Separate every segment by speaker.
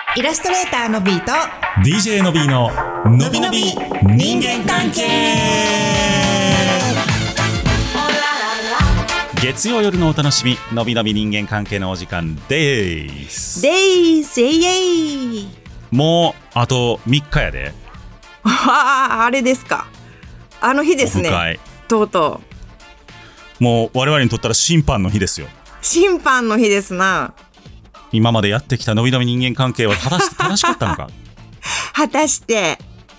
Speaker 1: イラストレーターのビーと
Speaker 2: DJ のビーののびのび人間関係。月曜夜のお楽しみ、のびのび人間関係のお時間です
Speaker 1: イエイ。
Speaker 2: もうあと3日やで。
Speaker 1: あれですか、あの日ですね。とうと
Speaker 2: うもう我々にとったら審判の日ですよ。
Speaker 1: 審判の日ですな。
Speaker 2: 今までやってきたのびのび人間関係は正しかったのか
Speaker 1: 果たして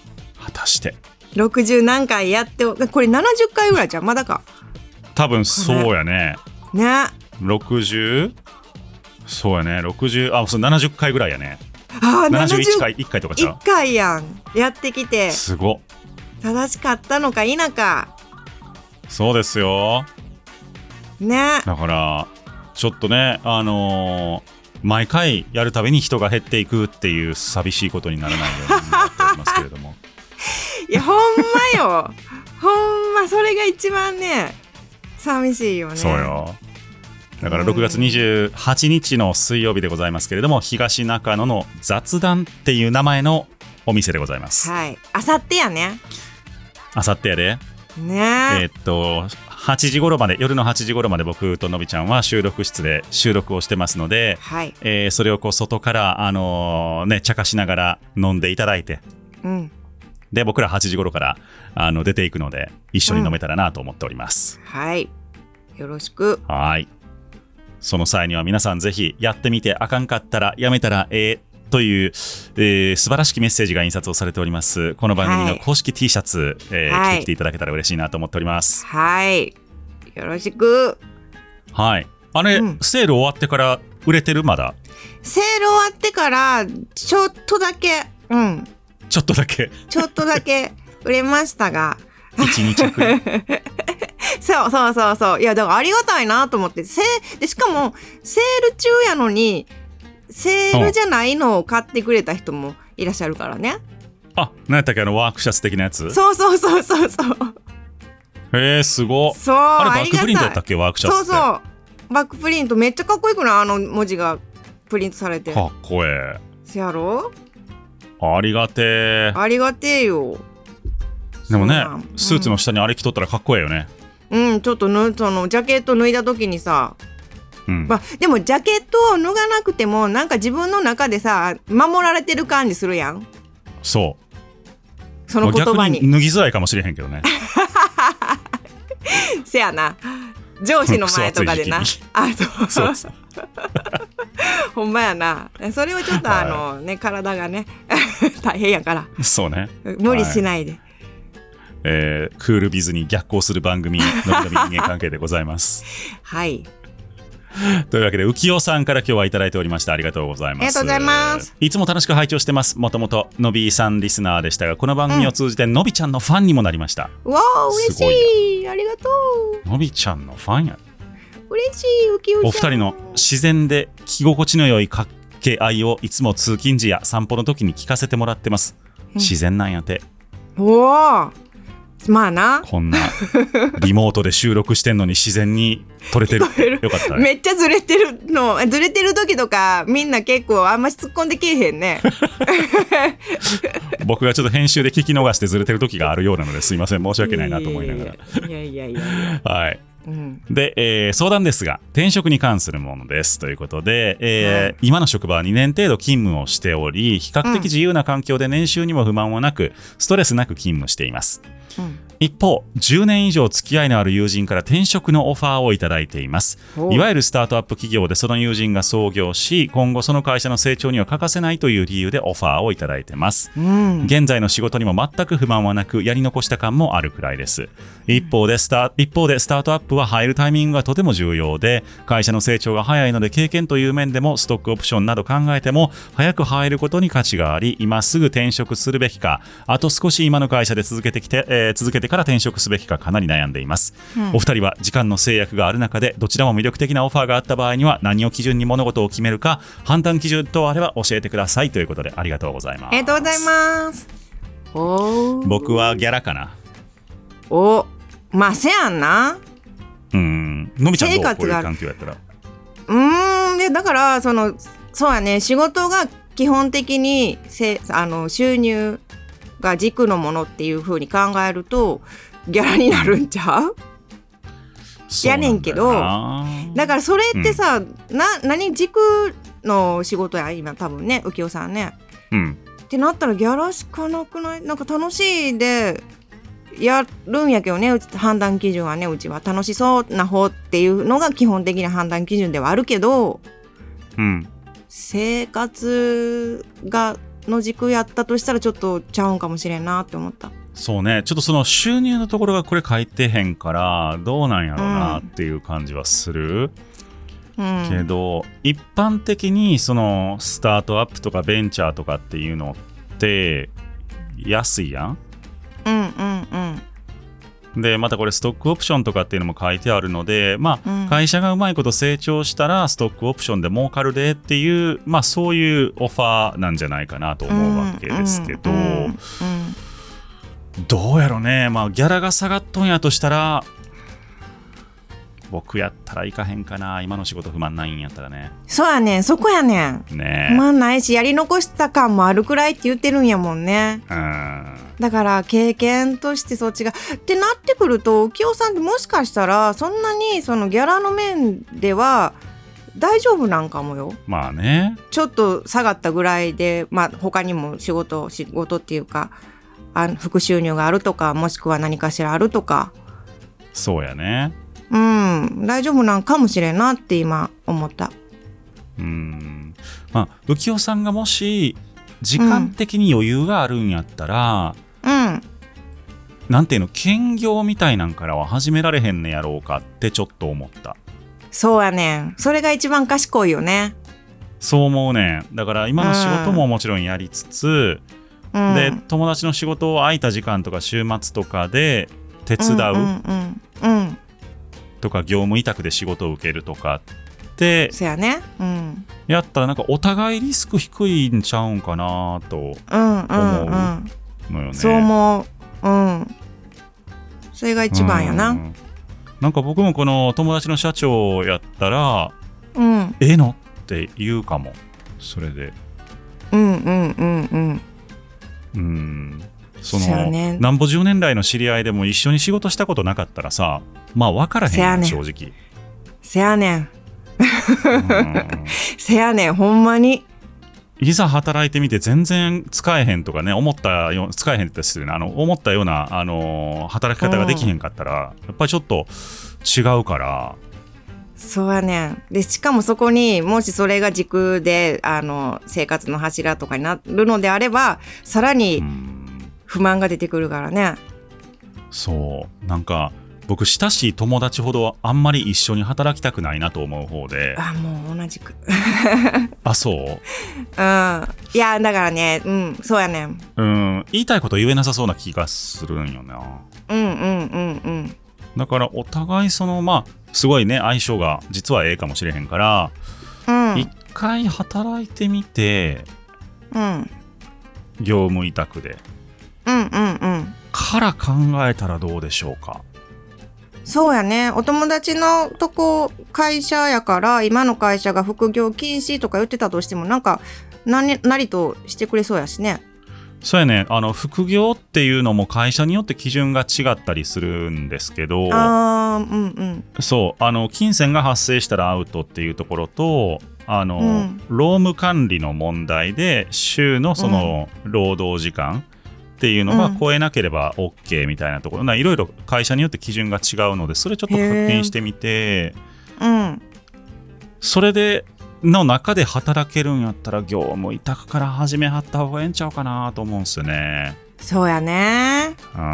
Speaker 1: 60何回やって、これ70回ぐらいじゃん。まだか
Speaker 2: 多分。そうやね。60、そうやね。60、あ、そう70回ぐらいやね。71回1回とかじゃん。
Speaker 1: 1回やん。やってきて
Speaker 2: すご。
Speaker 1: 正しかったのか否か。
Speaker 2: そうですよ
Speaker 1: ね。
Speaker 2: だからちょっとね、毎回やるたびに人が減っていくっていう寂しいことにならないようになっておりますけれども
Speaker 1: いやほんまよほんまそれが一番ね寂しいよね。
Speaker 2: そうよ。だから6月28日の水曜日でございますけれども、東中野の雑談っていう名前のお店でございます。
Speaker 1: はい。あさってやね。
Speaker 2: あさってやで
Speaker 1: ね。
Speaker 2: 8時頃まで、夜の8時頃まで僕とのびちゃんは収録室で収録をしてますので、
Speaker 1: はい。
Speaker 2: それをこう外から茶化しながら飲んでいただいて、
Speaker 1: うん、
Speaker 2: で僕ら8時頃から出ていくので一緒に飲めたらなと思っております、
Speaker 1: はい。よろしく。
Speaker 2: はい。その際には皆さんぜひやってみて、あかんかったらやめたらという、素晴らしきメッセージが印刷をされておりますこの番組の公式 T シャツ、着てきていただけたら嬉しいなと思っております。
Speaker 1: はい。よろしく。
Speaker 2: はい。あれ、セール終わってから売れてる？まだ
Speaker 1: セール終わってからちょっとだけ
Speaker 2: ちょっとだけ
Speaker 1: 売れましたが
Speaker 2: 1、2着
Speaker 1: そういやだからありがたいなと思って。でしかもセール中やのにセールじゃないのを買ってくれた人もいらっしゃるからね。
Speaker 2: あ、何やったっけ、ワークシャツ的なやつ。
Speaker 1: そう
Speaker 2: すご。
Speaker 1: そう、
Speaker 2: あれバックプリントやったっけ、ワークシャツって。
Speaker 1: そうバックプリントめっちゃかっこいいくない？文字がプリントされて
Speaker 2: かっこええ。
Speaker 1: せやろ。
Speaker 2: ありがてえ
Speaker 1: よ。
Speaker 2: でもね、スーツの下にあれ着とったらかっこええよね。
Speaker 1: ちょっとそのジャケット脱いだ時にさ、でもジャケットを脱がなくてもなんか自分の中でさ守られてる感じするやん。
Speaker 2: そう
Speaker 1: その言葉に
Speaker 2: 逆に脱ぎづらいかもしれへんけどね
Speaker 1: せやな、上司の前とかでなそうほんまやな。それをちょっと体がね大変やから
Speaker 2: そうね、
Speaker 1: 無理しないで、
Speaker 2: クールビズに逆行する番組のびのび人間関係でございます
Speaker 1: はい。
Speaker 2: というわけで浮世さんから今日はいただいておりました。ありがとうございます。
Speaker 1: ありがとうございます。
Speaker 2: いつも楽しく拝聴してます。もともとのびさんリスナーでしたが、この番組を通じてのびちゃんのファンにもなりました。
Speaker 1: わー嬉しい。ありがとう。
Speaker 2: のびちゃんのファンや。
Speaker 1: 嬉しい。浮世さん、
Speaker 2: お二人の自然で着心地の良い掛け合いをいつも通勤時や散歩の時に聞かせてもらってます。自然なんやて。
Speaker 1: おー、まあな、
Speaker 2: こんなリモートで収録してんのに自然に撮れてるよかったね。
Speaker 1: めっちゃずれてる時とかみんな結構あんまし突っ込んでけえへんね
Speaker 2: 僕がちょっと編集で聞き逃してずれてる時があるようなのですいません、申し訳ないなと思いながら。
Speaker 1: いや
Speaker 2: はい。で、相談ですが転職に関するものですということで、今の職場は2年程度勤務をしており、比較的自由な環境で年収にも不満はなくストレスなく勤務しています。一方10年以上付き合いのある友人から転職のオファーをいただいています。いわゆるスタートアップ企業でその友人が創業し、今後その会社の成長には欠かせないという理由でオファーをいただいています。現在の仕事にも全く不満はなく、やり残した感もあるくらいです。一方でスタートアップは入るタイミングがとても重要で、会社の成長が早いので経験という面でもストックオプションなど考えても早く入ることに価値があり、今すぐ転職するべきか、あと少し今の会社で続けてから転職すべきかかなり悩んでいます。お二人は時間の制約がある中でどちらも魅力的なオファーがあった場合には何を基準に物事を決めるか、判断基準等あれば教えてくださいということで、ありがとうございます。
Speaker 1: ありがとうございます。
Speaker 2: 僕はギャラかな。
Speaker 1: まあせやんな。
Speaker 2: のびちゃんどう？こういう環境やったら。
Speaker 1: でだからそうやね、仕事が基本的に収入が軸のものっていう風に考えるとギャラになるんちゃう？やねんけど、だからそれってさ、何軸の仕事や今多分ね、浮世さんね、ってなったらギャラしかなくない？なんか楽しいでやるんやけどね、判断基準はね、うちは楽しそうな方っていうのが基本的な判断基準ではあるけど、生活の軸やったとしたらちょっとちゃうんかもしれんなって思った。
Speaker 2: そうね、ちょっとその収入のところがこれ書いてへんからどうなんやろうなっていう感じはする、けど一般的にそのスタートアップとかベンチャーとかっていうのって安いやん。でまたこれストックオプションとかっていうのも書いてあるので、会社がうまいこと成長したらストックオプションで儲かるでっていう、そういうオファーなんじゃないかなと思うわけですけど、どうやろね。ギャラが下がっとんやとしたら僕やったらいかへんかな。今の仕事不満ないんやったらね。
Speaker 1: そうやねん、そこやねん。不満ないしやり残した感もあるくらいって言ってるんやもんね。だから経験としてそっちがってなってくると、浮世さんってもしかしたらそんなにそのギャラの面では大丈夫なんかもよ。ちょっと下がったぐらいで、他にも仕事っていうか副収入があるとか、もしくは何かしらあるとか。
Speaker 2: そうやね。
Speaker 1: 大丈夫なんかもしれんなって今思った。
Speaker 2: 浮世さんがもし時間的に余裕があるんやったら、なんていうの、兼業みたいなんからは始められへんねやろうかってちょっと思った。
Speaker 1: そうやねん、それが一番賢いよね。
Speaker 2: そう思うねん。だから今の仕事ももちろんやりつつ、で友達の仕事を空いた時間とか週末とかで手伝うとか、業務委託で仕事を受けるとかって
Speaker 1: そうやね、
Speaker 2: やったらなんかお互いリスク低いんちゃうんかなと思うのよね。
Speaker 1: そう思う。それが一番やな。
Speaker 2: なんか僕もこの友達の社長やったら、ええのって言うかも。それでそのなんぼ10年来の知り合いでも一緒に仕事したことなかったらさ、分からへんやん、正直。
Speaker 1: せやねんせやねん、ほんまに。
Speaker 2: いざ働いてみて全然使えへんとかね、使えへんって失礼な、思ったような働き方ができへんかったら、やっぱりちょっと違うから。
Speaker 1: そうやねん。でしかもそこにもしそれが軸で生活の柱とかになるのであれば、さらに不満が出てくるからね。
Speaker 2: そうなんか僕親しい友達ほどあんまり一緒に働きたくないなと思う方で。
Speaker 1: もう同じく
Speaker 2: そう
Speaker 1: いやだからね、そうやねん。
Speaker 2: 言いたいこと言えなさそうな気がするんよな。だからお互いそのすごいね、相性が実はええかもしれへんから、一回働いてみて、業務委託でから考えたらどうでしょうか。
Speaker 1: そうやね、お友達のとこ会社やから、今の会社が副業禁止とか言ってたとしても、なんかなりとしてくれそうやしね。
Speaker 2: そうやね、副業っていうのも会社によって基準が違ったりするんですけど、そう金銭が発生したらアウトっていうところと、労務管理の問題で週のその労働時間っていうのが超えなければ OK みたいなところ、いろいろ会社によって基準が違うので、それちょっと確認してみて、それでの中で働けるんやったら業務委託から始めはった方がええんちゃうかなと思うんすよね。
Speaker 1: そうやね。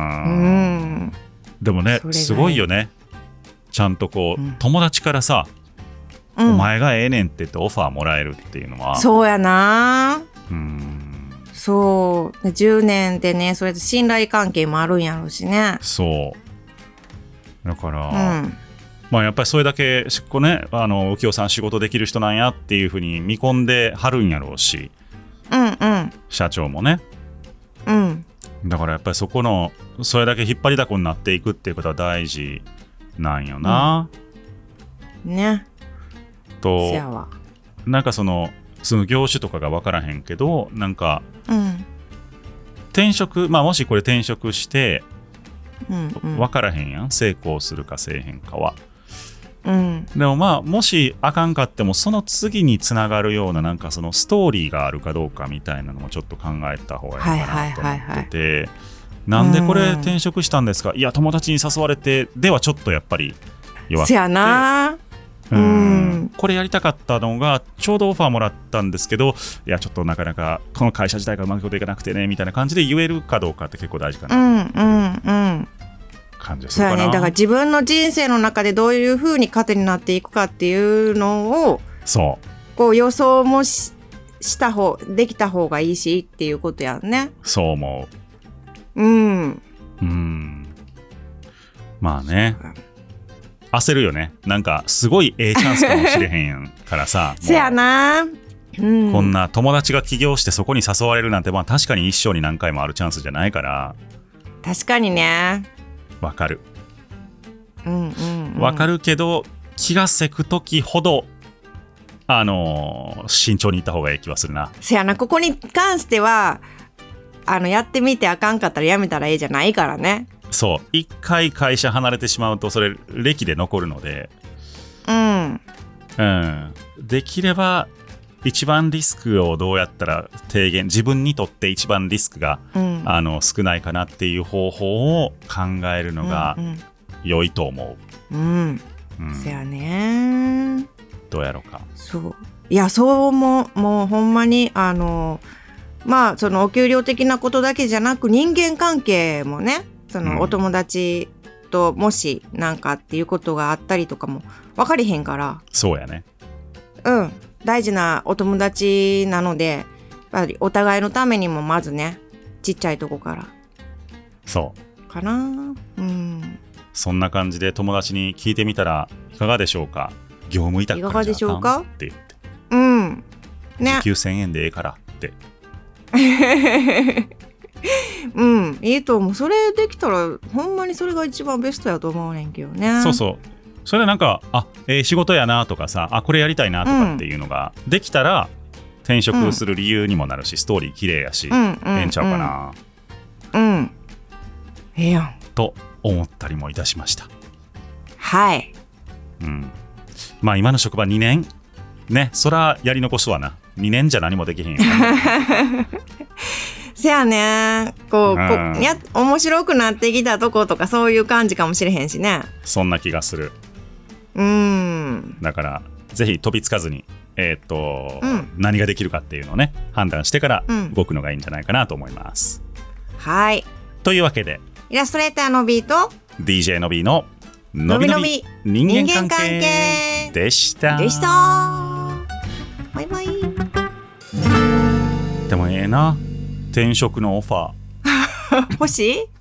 Speaker 2: でもね、すごいよね。ちゃんとこう、友達からさ、お前がええねんって言ってオファーもらえるっていうのは。
Speaker 1: そうやな。そう10年でね、それで信頼関係もあるんやろうしね。
Speaker 2: そうだから、やっぱりそれだけこうね、浮世さん仕事できる人なんやっていう風に見込んではるんやろうし、社長もね、だからやっぱりそこのそれだけ引っ張りだこになっていくっていうことは大事なんよな、
Speaker 1: ね。
Speaker 2: となんかそのその業種とかが分からへんけど、なんか、
Speaker 1: うん、
Speaker 2: 転職、もしこれ転職して、
Speaker 1: うんうん、
Speaker 2: 分からへんやん、成功するかせえへんかは。
Speaker 1: うん、
Speaker 2: でももしあかんかってもその次につながるようななんかそのストーリーがあるかどうかみたいなのもちょっと考えた方がいいかなと思ってて、なんでこれ転職したんですか、いや友達に誘われてではちょっとやっぱり弱くて、
Speaker 1: せやな、
Speaker 2: これやりたかったのがちょうどオファーもらったんですけど、いやちょっとなかなかこの会社自体がうまくいかなくてねみたいな感じで言えるかどうかって結構大事かな、感じするかな。
Speaker 1: そうやね、だから自分の人生の中でどういう風に糧になっていくかっていうのをこう予想もできた方がいいしっていうことやんね。
Speaker 2: そう思
Speaker 1: う。
Speaker 2: まあね、焦るよね。なんかすごいチャンスかもしれへんからさ
Speaker 1: そやな、
Speaker 2: こんな友達が起業してそこに誘われるなんて、確かに一生に何回もあるチャンスじゃないから。
Speaker 1: 確かにね、
Speaker 2: わかる、わかるけど気がせく時ほど慎重にいった方がいい気はするな。
Speaker 1: せやな、ここに関してはやってみてあかんかったらやめたらいいじゃないからね。
Speaker 2: そう、一回会社離れてしまうとそれ歴で残るので、できれば一番リスクをどうやったら低減、自分にとって一番リスクが、少ないかなっていう方法を考えるのが良いと思う。
Speaker 1: せやね、
Speaker 2: どうやろうか。
Speaker 1: そう、いやそうもうほんまにそのお給料的なことだけじゃなく人間関係もね、そのお友達ともしなんかっていうことがあったりとかも分かりへんから。
Speaker 2: そうやね、
Speaker 1: 大事なお友達なので、やっぱりお互いのためにもまずね、ちっちゃいとこから
Speaker 2: そう
Speaker 1: かな。
Speaker 2: そんな感じで友達に聞いてみたらいかがでしょうか。業務委託からじゃあかんって言って、時給1000円でええからって
Speaker 1: いいと思う。それできたらほんまにそれが一番ベストやと思うねんけどね。
Speaker 2: そうそう、それでなんか仕事やなとかさ、これやりたいなとかっていうのができたら、転職する理由にもなるし、ストーリー綺麗やし、ええんちゃうかな、
Speaker 1: ええやん
Speaker 2: と思ったりもいたしました。
Speaker 1: はい。
Speaker 2: 今の職場2年ね、そらやり残すわな。2年じゃ何もできへんよ
Speaker 1: せやね、面白くなってきたとことかそういう感じかもしれへんしね。
Speaker 2: そんな気がする。だからぜひ飛びつかずに、何ができるかっていうのをね、判断してから動くのがいいんじゃないかなと思います。
Speaker 1: はい。
Speaker 2: というわけで、
Speaker 1: イラストレーターの B と
Speaker 2: DJ の B ののびのび人間関係でした。
Speaker 1: バイバイ。
Speaker 2: でもええな、転職のオファー
Speaker 1: 欲しい？